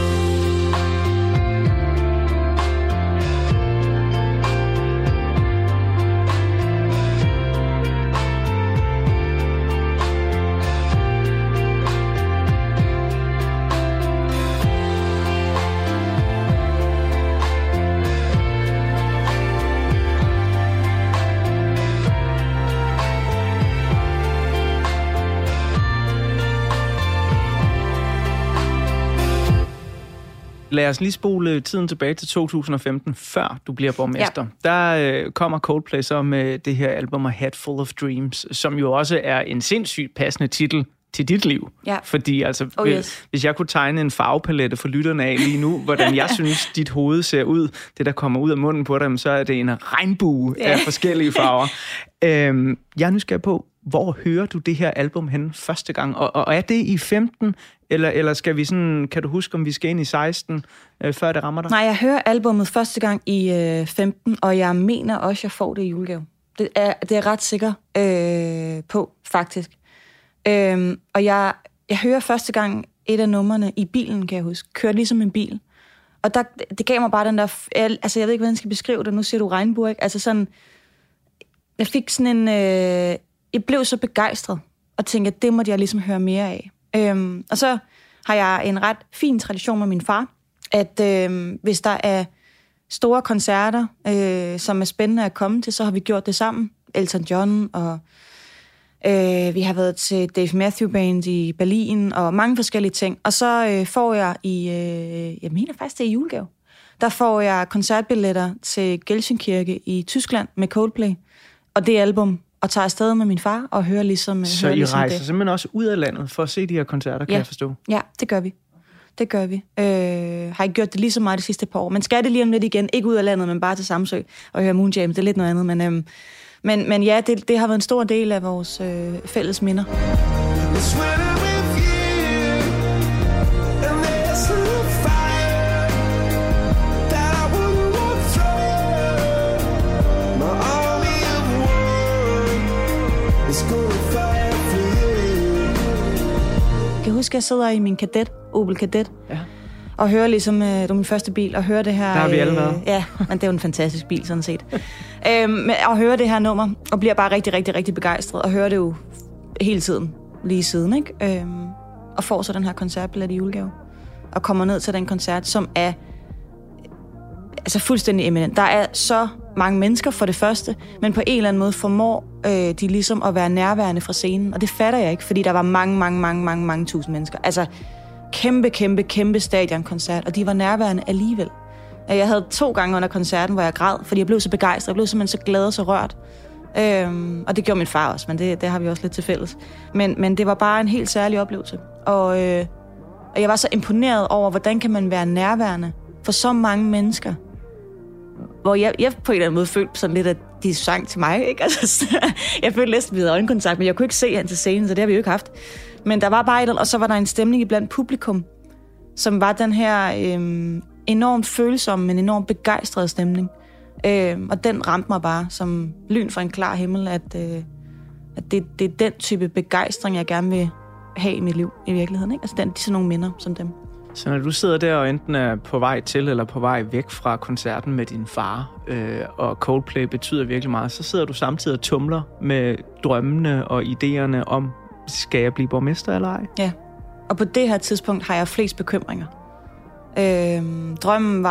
Lad os lige spole tiden tilbage til 2015, før du bliver borgmester. Ja. Der kommer Coldplay så med det her album A Head Full of Dreams, som jo også er en sindssygt passende titel til dit liv. Ja. Fordi altså, hvis jeg kunne tegne en farvepalette for lytterne af lige nu, hvordan jeg synes, dit hoved ser ud, det der kommer ud af munden på dem, så er det en regnbue af forskellige farver. Jeg er nysgerrig på, hvor hører du det her album henne første gang? Og er det i 15, eller skal vi sådan, kan du huske, om vi skal ind i 16, før det rammer dig? Nej, jeg hører albummet første gang i 15, og jeg mener også, jeg får det i julegave. Det er jeg ret sikker på, faktisk. Og jeg hører første gang et af numrene i bilen, kan jeg huske. Kørte ligesom en bil. Og det gav mig bare den der... Altså, jeg ved ikke, hvordan jeg skal beskrive det. Nu siger du regnbue, ikke? Altså sådan... Jeg fik sådan en... Jeg blev så begejstret, og tænkte, at det måtte jeg ligesom høre mere af. Og så har jeg en ret fin tradition med min far, at hvis der er store koncerter, som er spændende at komme til, så har vi gjort det sammen. Elton John, og vi har været til Dave Matthews Band i Berlin, og mange forskellige ting. Og så får jeg jeg mener faktisk, det er i julegave, der får jeg koncertbilletter til Gelsenkirke i Tyskland med Coldplay, og det album, og tager afsted med min far og hører ligesom... Så I rejser simpelthen også ud af landet for at se de her koncerter, kan jeg forstå? Ja, det gør vi. Det gør vi. Har ikke gjort det lige så meget de sidste par år. Men skal det lige om lidt igen. Ikke ud af landet, men bare til Samsø og høre Moon Jam. Det er lidt noget andet, Men ja, det har været en stor del af vores fælles minder. Jeg kan huske, at jeg sidder i min Opel Kadett, og hører ligesom, det var min første bil, og hører det her... Der har vi alle været. Ja, men det er jo en fantastisk bil, sådan set. Og hører det her nummer, og bliver bare rigtig, rigtig, rigtig begejstret, og hører det jo hele tiden, lige siden, ikke? Og får så den her koncertbillet i julegave, og kommer ned til den koncert, som er altså fuldstændig eminent. Der er så mange mennesker for det første, men på en eller anden måde formår de ligesom at være nærværende fra scenen, og det fatter jeg ikke, fordi der var mange tusind mennesker. Altså kæmpe stadionkoncert, og de var nærværende alligevel. Jeg havde 2 gange under koncerten, hvor jeg græd, fordi jeg blev så begejstret. Jeg blev simpelthen så glad og så rørt. Og det gjorde min far også, men det har vi også lidt til fælles. Men det var bare en helt særlig oplevelse. Og jeg var så imponeret over, hvordan kan man være nærværende for så mange mennesker. Hvor jeg på en eller anden måde følte sådan lidt, at de sang til mig, ikke? Altså, jeg følte næsten, vi havde øjenkontakt, men jeg kunne ikke se han til scenen, så det har vi jo ikke haft. Men der var bare et, og så var der en stemning iblandt publikum, som var den her enormt følsomme, men enormt begejstrede stemning. Og den ramte mig bare som lyn fra en klar himmel, at det er den type begejstring, jeg gerne vil have i mit liv i virkeligheden, ikke? Altså sådan nogle minder som dem. Så når du sidder der og enten er på vej til eller på vej væk fra koncerten med din far, og Coldplay betyder virkelig meget, så sidder du samtidig og tumler med drømmene og idéerne om, skal jeg blive borgmester eller ej? Ja, og på det her tidspunkt har jeg flest bekymringer. Drømmen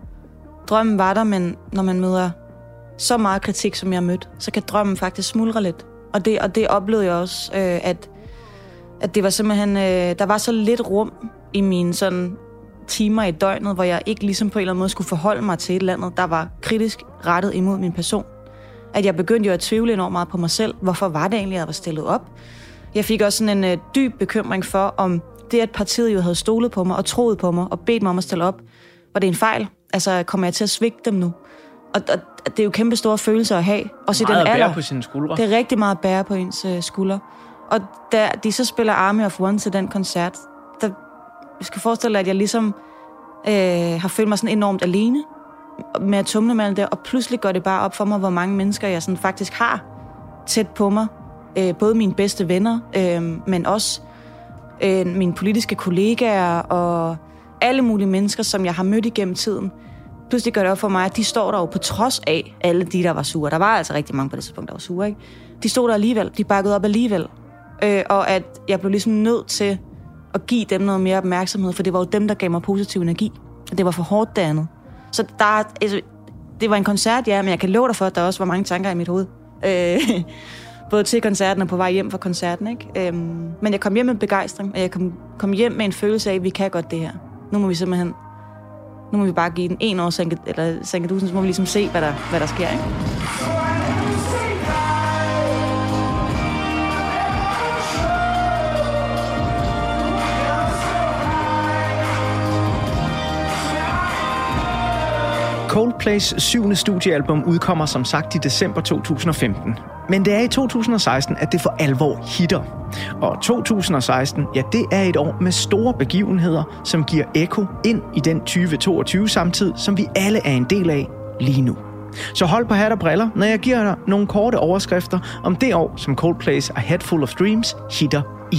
var der, men når man møder så meget kritik, som jeg har mødt, så kan drømmen faktisk smuldre lidt. Og det oplevede jeg også, at det var simpelthen, der var så lidt rum i mine sådan timer i døgnet, hvor jeg ikke ligesom på en eller anden måde skulle forholde mig til et eller andet, der var kritisk rettet imod min person. At jeg begyndte jo at tvivle enormt meget på mig selv. Hvorfor var det egentlig, at jeg var stillet op? Jeg fik også sådan en dyb bekymring for, om det, at partiet jo havde stolet på mig og troet på mig og bedt mig om at stille op, var det en fejl? Altså, kommer jeg til at svigte dem nu? Og det er jo kæmpe store følelser at have. Også meget i den alder. At bære på sine skuldre. Det er rigtig meget at bære på ens skuldre. Og da de så spiller Army of One til den koncert, der jeg skal forestille dig, at jeg ligesom har følt mig sådan enormt alene med at tumle mellem det, og pludselig går det bare op for mig, hvor mange mennesker jeg sådan faktisk har tæt på mig. Både mine bedste venner, men også mine politiske kollegaer og alle mulige mennesker, som jeg har mødt igennem tiden. Pludselig gør det op for mig, at de står der jo på trods af alle de, der var sure. Der var altså rigtig mange på det tidspunkt, der var sure, ikke? De stod der alligevel. De bakkede op alligevel. Og at jeg blev ligesom nødt til at give dem noget mere opmærksomhed, for det var jo dem, der gav mig positiv energi. Og det var for hårdt det andet. Så det var en koncert, ja, men jeg kan love dig for, at der også var mange tanker i mit hoved. Både til koncerten og på vej hjem fra koncerten, ikke? Men jeg kom hjem med begejstring, og jeg kom hjem med en følelse af, at vi kan godt det her. Nu må vi bare give den en år sænkedusen, så må vi ligesom se, hvad der sker, ikke? Coldplays 7. studiealbum udkommer som sagt i december 2015. Men det er i 2016, at det for alvor hitter. Og 2016, ja, det er et år med store begivenheder, som giver ekko ind i den 2022-samtid, som vi alle er en del af lige nu. Så hold på hat og briller, når jeg giver dig nogle korte overskrifter om det år, som Coldplays A Head Full of Dreams hitter i.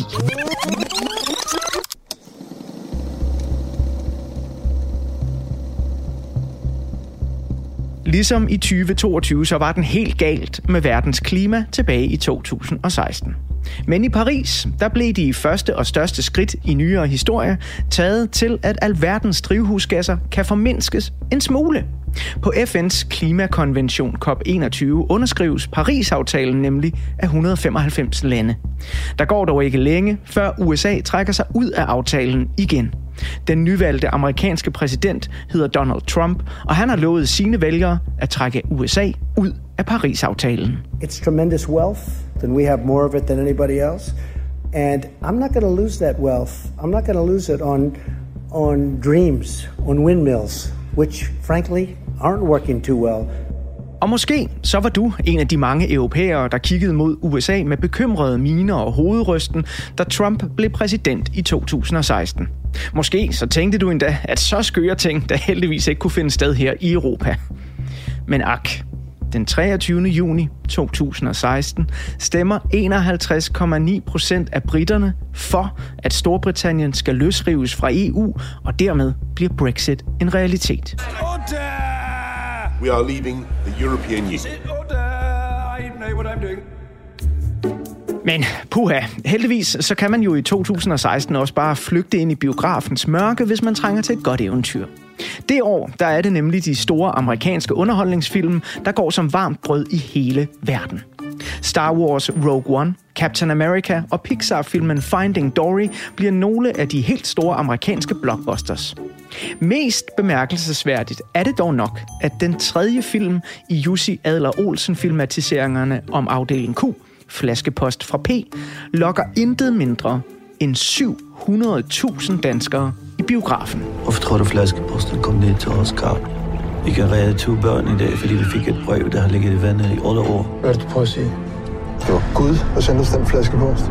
Ligesom i 2022, så var den helt galt med verdens klima tilbage i 2016. Men i Paris, der blev de første og største skridt i nyere historie taget til, at alverdens drivhusgasser kan formindskes en smule. På FN's klimakonvention COP21 underskrives Paris-aftalen nemlig af 195 lande. Der går dog ikke længe, før USA trækker sig ud af aftalen igen. Den nyvalgte amerikanske præsident hedder Donald Trump, og han har lovet sine vælgere at trække USA ud af Paris-aftalen. It's tremendous wealth, and we have more of it than anybody else. And I'm not going to lose that wealth. I'm not going to lose it on dreams, on windmills, which frankly aren't working too well. Og måske så var du en af de mange europæere, der kiggede mod USA med bekymrede miner og hovedrysten, da Trump blev præsident i 2016. Måske så tænkte du endda, at så skøre ting, der heldigvis ikke kunne finde sted her i Europa. Men ak, den 23. juni 2016 stemmer 51,9% af briterne for, at Storbritannien skal løsrives fra EU, og dermed bliver Brexit en realitet. We are leaving the European Union. Men puha, heldigvis så kan man jo i 2016 også bare flygte ind i biografens mørke, hvis man trænger til et godt eventyr. Det år, der er det nemlig de store amerikanske underholdningsfilm, der går som varmt brød i hele verden. Star Wars Rogue One, Captain America og Pixar-filmen Finding Dory bliver nogle af de helt store amerikanske blockbusters. Mest bemærkelsesværdigt er det dog nok, at den tredje film i Jussi Adler-Olsen-filmatiseringerne om afdeling Q, Flaskepost fra P, lokker intet mindre end 700.000 danskere i biografen. Hvorfor tror du, flaskeposten kom ned til os, Karl? Vi kan redde 2 børn i dag, fordi vi fik et brev, der har ligget i vandet i 8 år. Hvad er det, du prøver at sige? Det var Gud, der sendte os den flaskepost.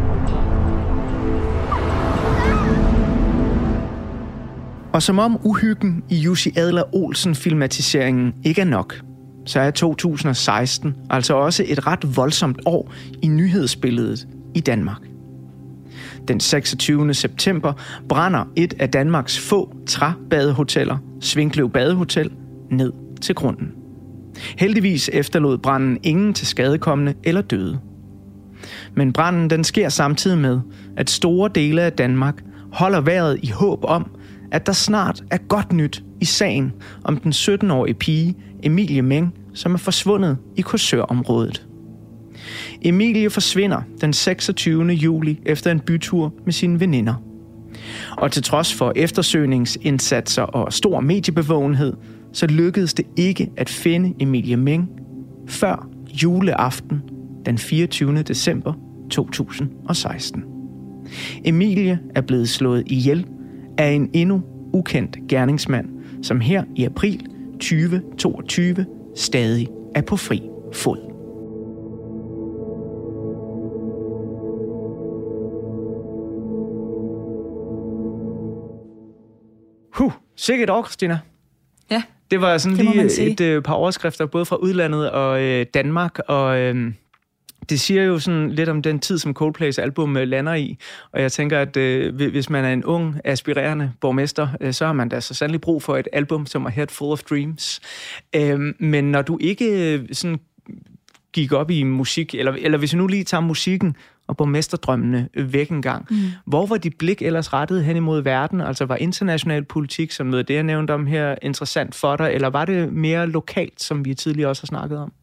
Og som om uhyggen i Jussi Adler-Olsen-filmatiseringen ikke er nok, så er 2016 altså også et ret voldsomt år i nyhedsbilledet i Danmark. Den 26. september brænder et af Danmarks få træbadehoteller, Svinkløv Badehotel, ned til grunden. Heldigvis efterlod branden ingen til skadekomne eller døde. Men branden den sker samtidig med, at store dele af Danmark holder vejret i håb om, at der snart er godt nyt i sagen om den 17-årige pige Emilie Meng, som er forsvundet i Korsørområdet. Emilie forsvinder den 26. juli efter en bytur med sine veninder. Og til trods for eftersøgningsindsatser og stor mediebevågenhed, så lykkedes det ikke at finde Emilie Meng før juleaften den 24. december 2016. Emilie er blevet slået ihjel af en endnu ukendt gerningsmand, som her i april 2022 stadig er på fri fod. Sikkert år, Christina. Ja, det var sådan det lige et par overskrifter, både fra udlandet og Danmark, og det siger jo sådan lidt om den tid, som Coldplays album lander i, og jeg tænker, at hvis man er en ung, aspirerende borgmester, så har man da så sandelig brug for et album, som er Head Full of Dreams. Men når du ikke sådan gik op i musik, eller hvis vi nu lige tager musikken og borgmesterdrømmene væk en gang, hvor var dit blik ellers rettet hen imod verden? Altså var international politik, som noget det, jeg nævnte om her, interessant for dig, eller var det mere lokalt, som vi tidligere også har snakket om?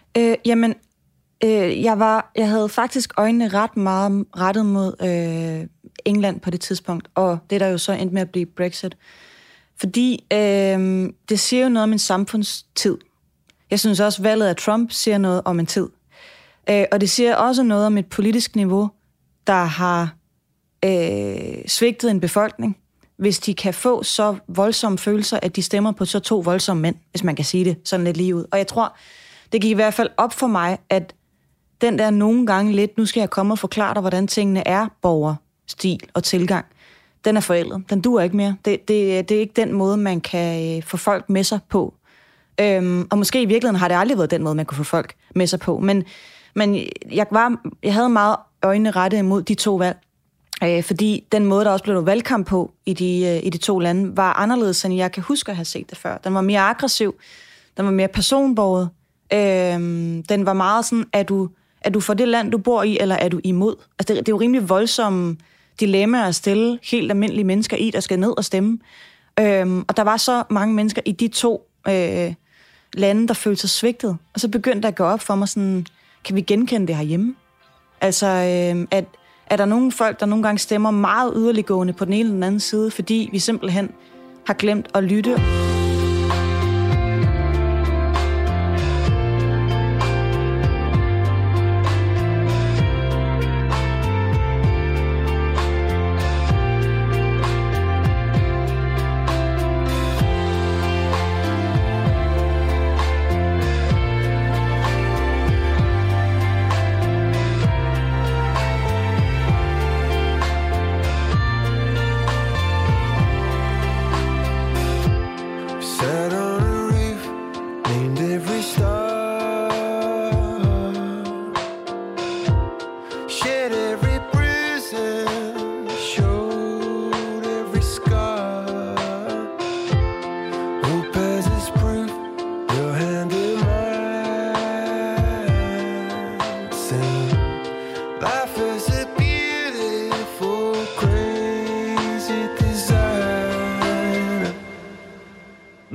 Jeg havde faktisk øjnene ret meget rettet mod England på det tidspunkt, og det der jo så endte med at blive Brexit. Fordi det siger jo noget om en samfundstid. Jeg synes også, valget af Trump siger noget om en tid. Og det siger også noget om et politisk niveau, der har svigtet en befolkning, hvis de kan få så voldsomme følelser, at de stemmer på så 2 voldsomme mænd, hvis man kan sige det sådan lidt lige ud. Og jeg tror, det gik i hvert fald op for mig, at den der nogle gange lidt, nu skal jeg komme og forklare dig, hvordan tingene er, borgerstil og tilgang, den er forældet. Den duer ikke mere. Det er ikke den måde, man kan få folk med sig på. Og måske i virkeligheden har det aldrig været den måde, man kunne få folk med sig på. Men jeg havde meget øjnene rettet imod de 2 valg. Fordi den måde, der også blev valgkamp på i de 2 lande, var anderledes, end jeg kan huske at have set det før. Den var mere aggressiv. Den var mere personbåret. Den var meget sådan, er du for det land, du bor i, eller er du imod? Altså, det er jo rimelig voldsomme dilemmaer at stille helt almindelige mennesker i, der skal ned og stemme. Og der var så mange mennesker i de 2 lande, der følte sig svigtet. Og så begyndte der at gå op for mig sådan, kan vi genkende det herhjemme? Altså, er der nogle folk, der nogle gange stemmer meget yderliggående på den ene eller den anden side, fordi vi simpelthen har glemt at lytte?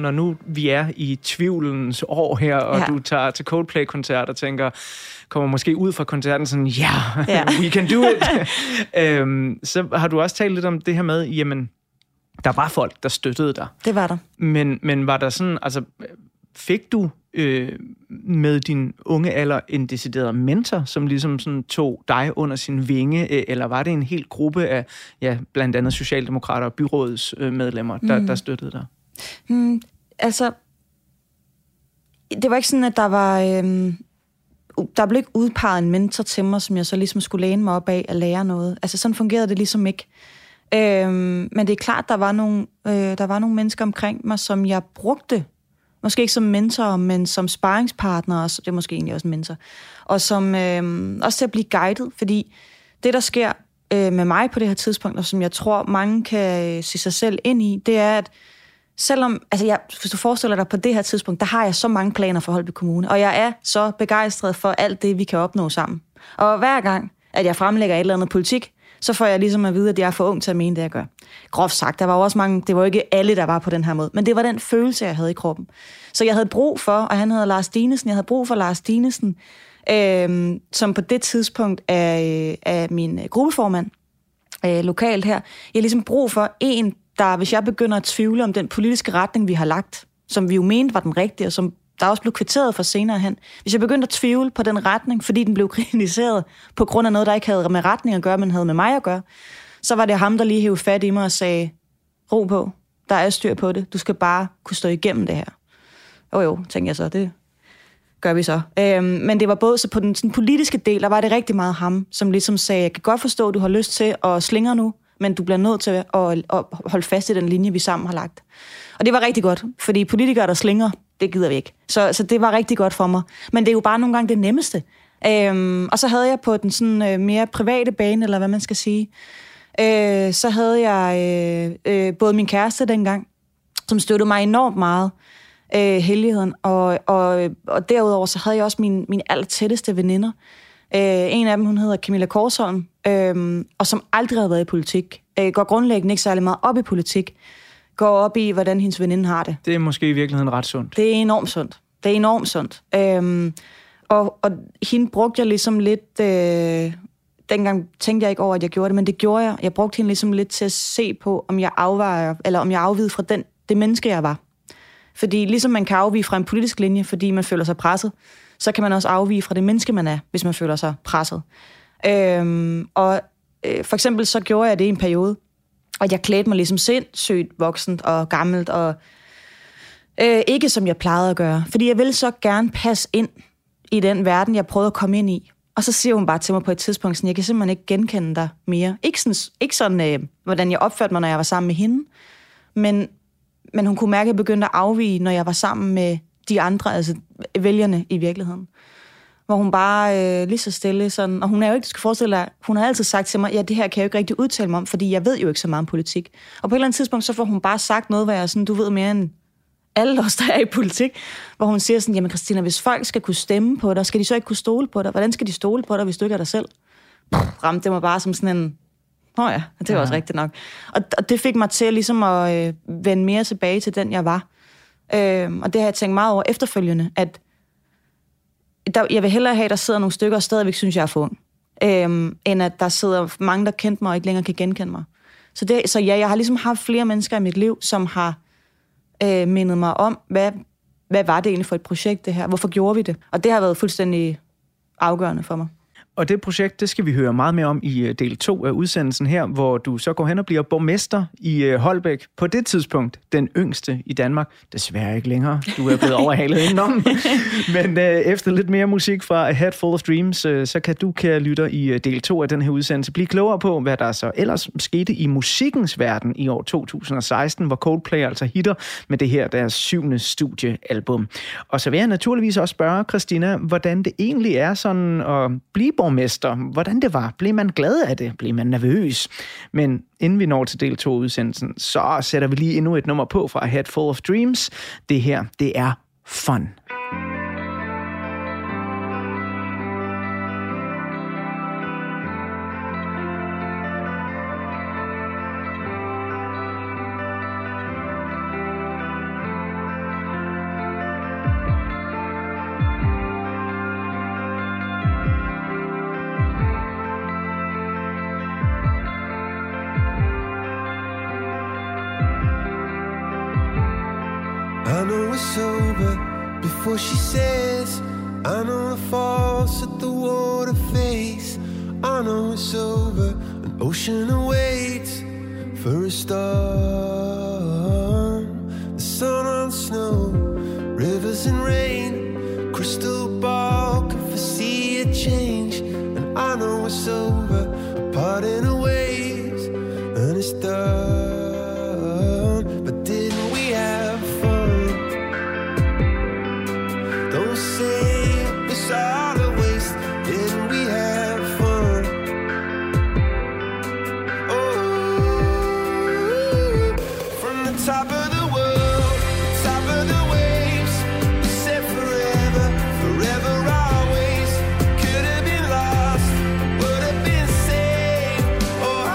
når nu vi er i tvivlens år her, og du tager til Coldplay-koncert og tænker, kommer måske ud fra koncerten sådan, we can do it. Så har du også talt lidt om det her med, jamen, der var folk, der støttede dig. Det var der. Men var der sådan, altså, fik du med din unge alder en decideret mentor, som ligesom sådan tog dig under sin vinge, eller var det en hel gruppe af, blandt andet socialdemokrater og byrådsmedlemmer, der støttede dig? Altså, det var ikke sådan, at der var... der blev ikke udpeget en mentor til mig, som jeg så ligesom skulle læne mig op af at lære noget. Altså, sådan fungerede det ligesom ikke. Men det er klart, der var nogle mennesker omkring mig, som jeg brugte. Måske ikke som mentor, men som sparringspartner, og det er måske egentlig også en mentor. Og som også til at blive guidet, fordi det, der sker med mig på det her tidspunkt, og som jeg tror, mange kan se sig selv ind i, det er, at selvom, altså hvis du forestiller dig på det her tidspunkt, der har jeg så mange planer for Holbæk Kommune, og jeg er så begejstret for alt det, vi kan opnå sammen. Og hver gang, at jeg fremlægger et eller andet politik, så får jeg ligesom at vide, at jeg er for ung til at mene det, jeg gør. Groft sagt, der var også mange, det var ikke alle, der var på den her måde, men det var den følelse, jeg havde i kroppen. Så jeg havde brug for, og han hedder Lars Dinesen, jeg havde brug for Lars Dinesen, som på det tidspunkt er min gruppeformand lokalt her. Jeg har ligesom brug for en, der, hvis jeg begynder at tvivle om den politiske retning, vi har lagt, som vi jo mente var den rigtige, og som der også blev kvitteret for senere hen. Hvis jeg begyndte at tvivle på den retning, fordi den blev kritiseret på grund af noget, der ikke havde med retning at gøre, men havde med mig at gøre, så var det ham, der lige hævde fat i mig og sagde, ro på, der er styr på det, du skal bare kunne stå igennem det her. Jo, tænkte jeg så, det gør vi så. Men det var både så på den sådan, politiske del, der var det rigtig meget ham, som ligesom sagde, jeg kan godt forstå, at du har lyst til at slingre nu, men du bliver nødt til at holde fast i den linje, vi sammen har lagt. Og det var rigtig godt, fordi politikere, der slinger, det gider vi ikke. Så det var rigtig godt for mig. Men det er jo bare nogle gange det nemmeste. Og så havde jeg på den sådan mere private bane, eller hvad man skal sige, så havde jeg både min kæreste dengang, som støttede mig enormt meget, helligheden, og derudover så havde jeg også mine allertætteste veninder. En af dem, hun hedder Camilla Korsholm, og som aldrig har været i politik. Går grundlæggende ikke særlig meget op i politik. Går op i, hvordan hendes veninde har det. Det er måske i virkeligheden ret sundt. Det er enormt sundt. Og hende brugte jeg ligesom lidt... dengang tænkte jeg ikke over, at jeg gjorde det, men det gjorde jeg. Jeg brugte hende ligesom lidt til at se på, om jeg afviger, eller om jeg afvigede fra det menneske, jeg var. Fordi ligesom man kan afvige fra en politisk linje, fordi man føler sig presset, så kan man også afvige fra det menneske, man er, hvis man føler sig presset. For eksempel så gjorde jeg det i en periode, og jeg klædte mig ligesom sindssygt voksent og gammelt, og ikke som jeg plejede at gøre. Fordi jeg ville så gerne passe ind i den verden, jeg prøvede at komme ind i. Og så siger hun bare til mig på et tidspunkt, sådan, jeg kan simpelthen ikke genkende dig mere. Ikke sådan hvordan jeg opførte mig, når jeg var sammen med hende, men hun kunne mærke, at jeg begyndte at afvige, når jeg var sammen med de andre, altså vælgerne i virkeligheden. Hvor hun bare lige så stille sådan, og hun er jo ikke, du skal forestille dig, hun har altid sagt til mig, ja, det her kan jeg jo ikke rigtig udtale mig om, fordi jeg ved jo ikke så meget om politik. Og på et eller andet tidspunkt, så får hun bare sagt noget, hvor jeg sådan, du ved mere end alle os, der er i politik, hvor hun siger sådan, jamen Christina, hvis folk skal kunne stemme på dig, skal de så ikke kunne stole på dig? Hvordan skal de stole på dig, hvis du ikke er dig selv? Ramte mig bare som sådan en, ja, det var også rigtigt nok. Og det fik mig til ligesom at vende mere tilbage til den, jeg var. Og det har jeg tænkt meget over efterfølgende, at jeg vil hellere have, at der sidder nogle stykker og stadigvæk synes, jeg er for ung, end at der sidder mange, der kendte mig og ikke længere kan genkende mig. Så ja, jeg har ligesom haft flere mennesker i mit liv, som har mindet mig om, hvad var det egentlig for et projekt, det her? Hvorfor gjorde vi det? Og det har været fuldstændig afgørende for mig. Og det projekt, det skal vi høre meget mere om i del 2 af udsendelsen her, hvor du så går hen og bliver borgmester i Holbæk. På det tidspunkt den yngste i Danmark. Desværre ikke længere. Du er blevet overhalet indenom. Men efter lidt mere musik fra A Head Full of Dreams, så kan du, kære lytter, i del 2 af den her udsendelse blive klogere på, hvad der så ellers skete i musikkens verden i år 2016, hvor Coldplay altså hitter med det her deres 7. studiealbum. Og så vil jeg naturligvis også spørge Christina, hvordan det egentlig er sådan at blive borgmester. Hvordan det var? Blev man glad af det? Blev man nervøs? Men inden vi når til del 2 af udsendelsen, så sætter vi lige endnu et nummer på fra A Head Full of Dreams. Det her, det er Fun. it's over before she says, I know the falls at the water face. I know it's over, an ocean awaits for a storm. The sun on snow, rivers and rain, crystal ball can foresee a change. And I know it's over, a parting of waves, and it's done. But didn't we have fun? Don't say it's all a waste. Didn't we have fun? Oh, from the top of the world, top of the waves, we said forever, forever always. Could have been lost, would have been saved. Oh,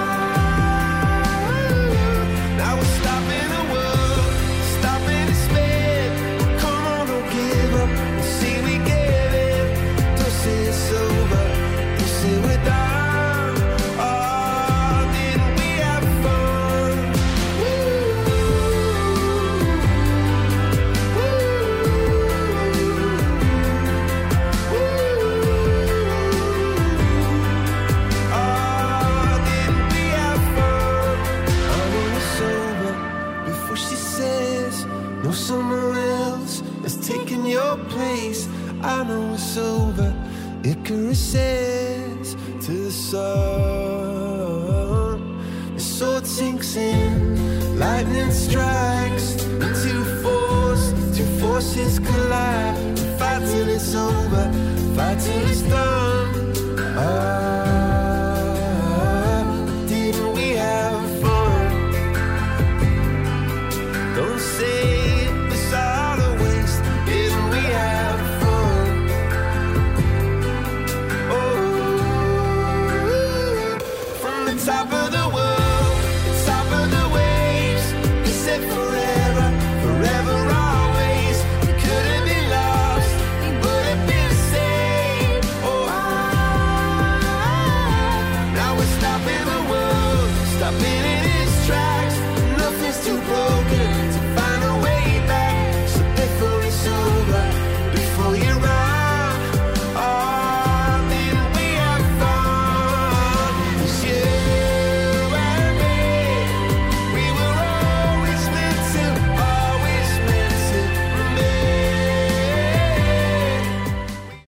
now we're stopping the world, stopping the spin. Come on, don't give up. See, we get it. Don't say it's over. Don't say we're done. Oh, didn't we have fun? Woo. Woo. Woo. Oh, didn't we have fun? I know it's over before she says, no, someone else is taking your place. I know it's over. Icarus says to the sun, the sword sinks in, lightning strikes. Two forces collide. Fight till it's over, fight till it's done.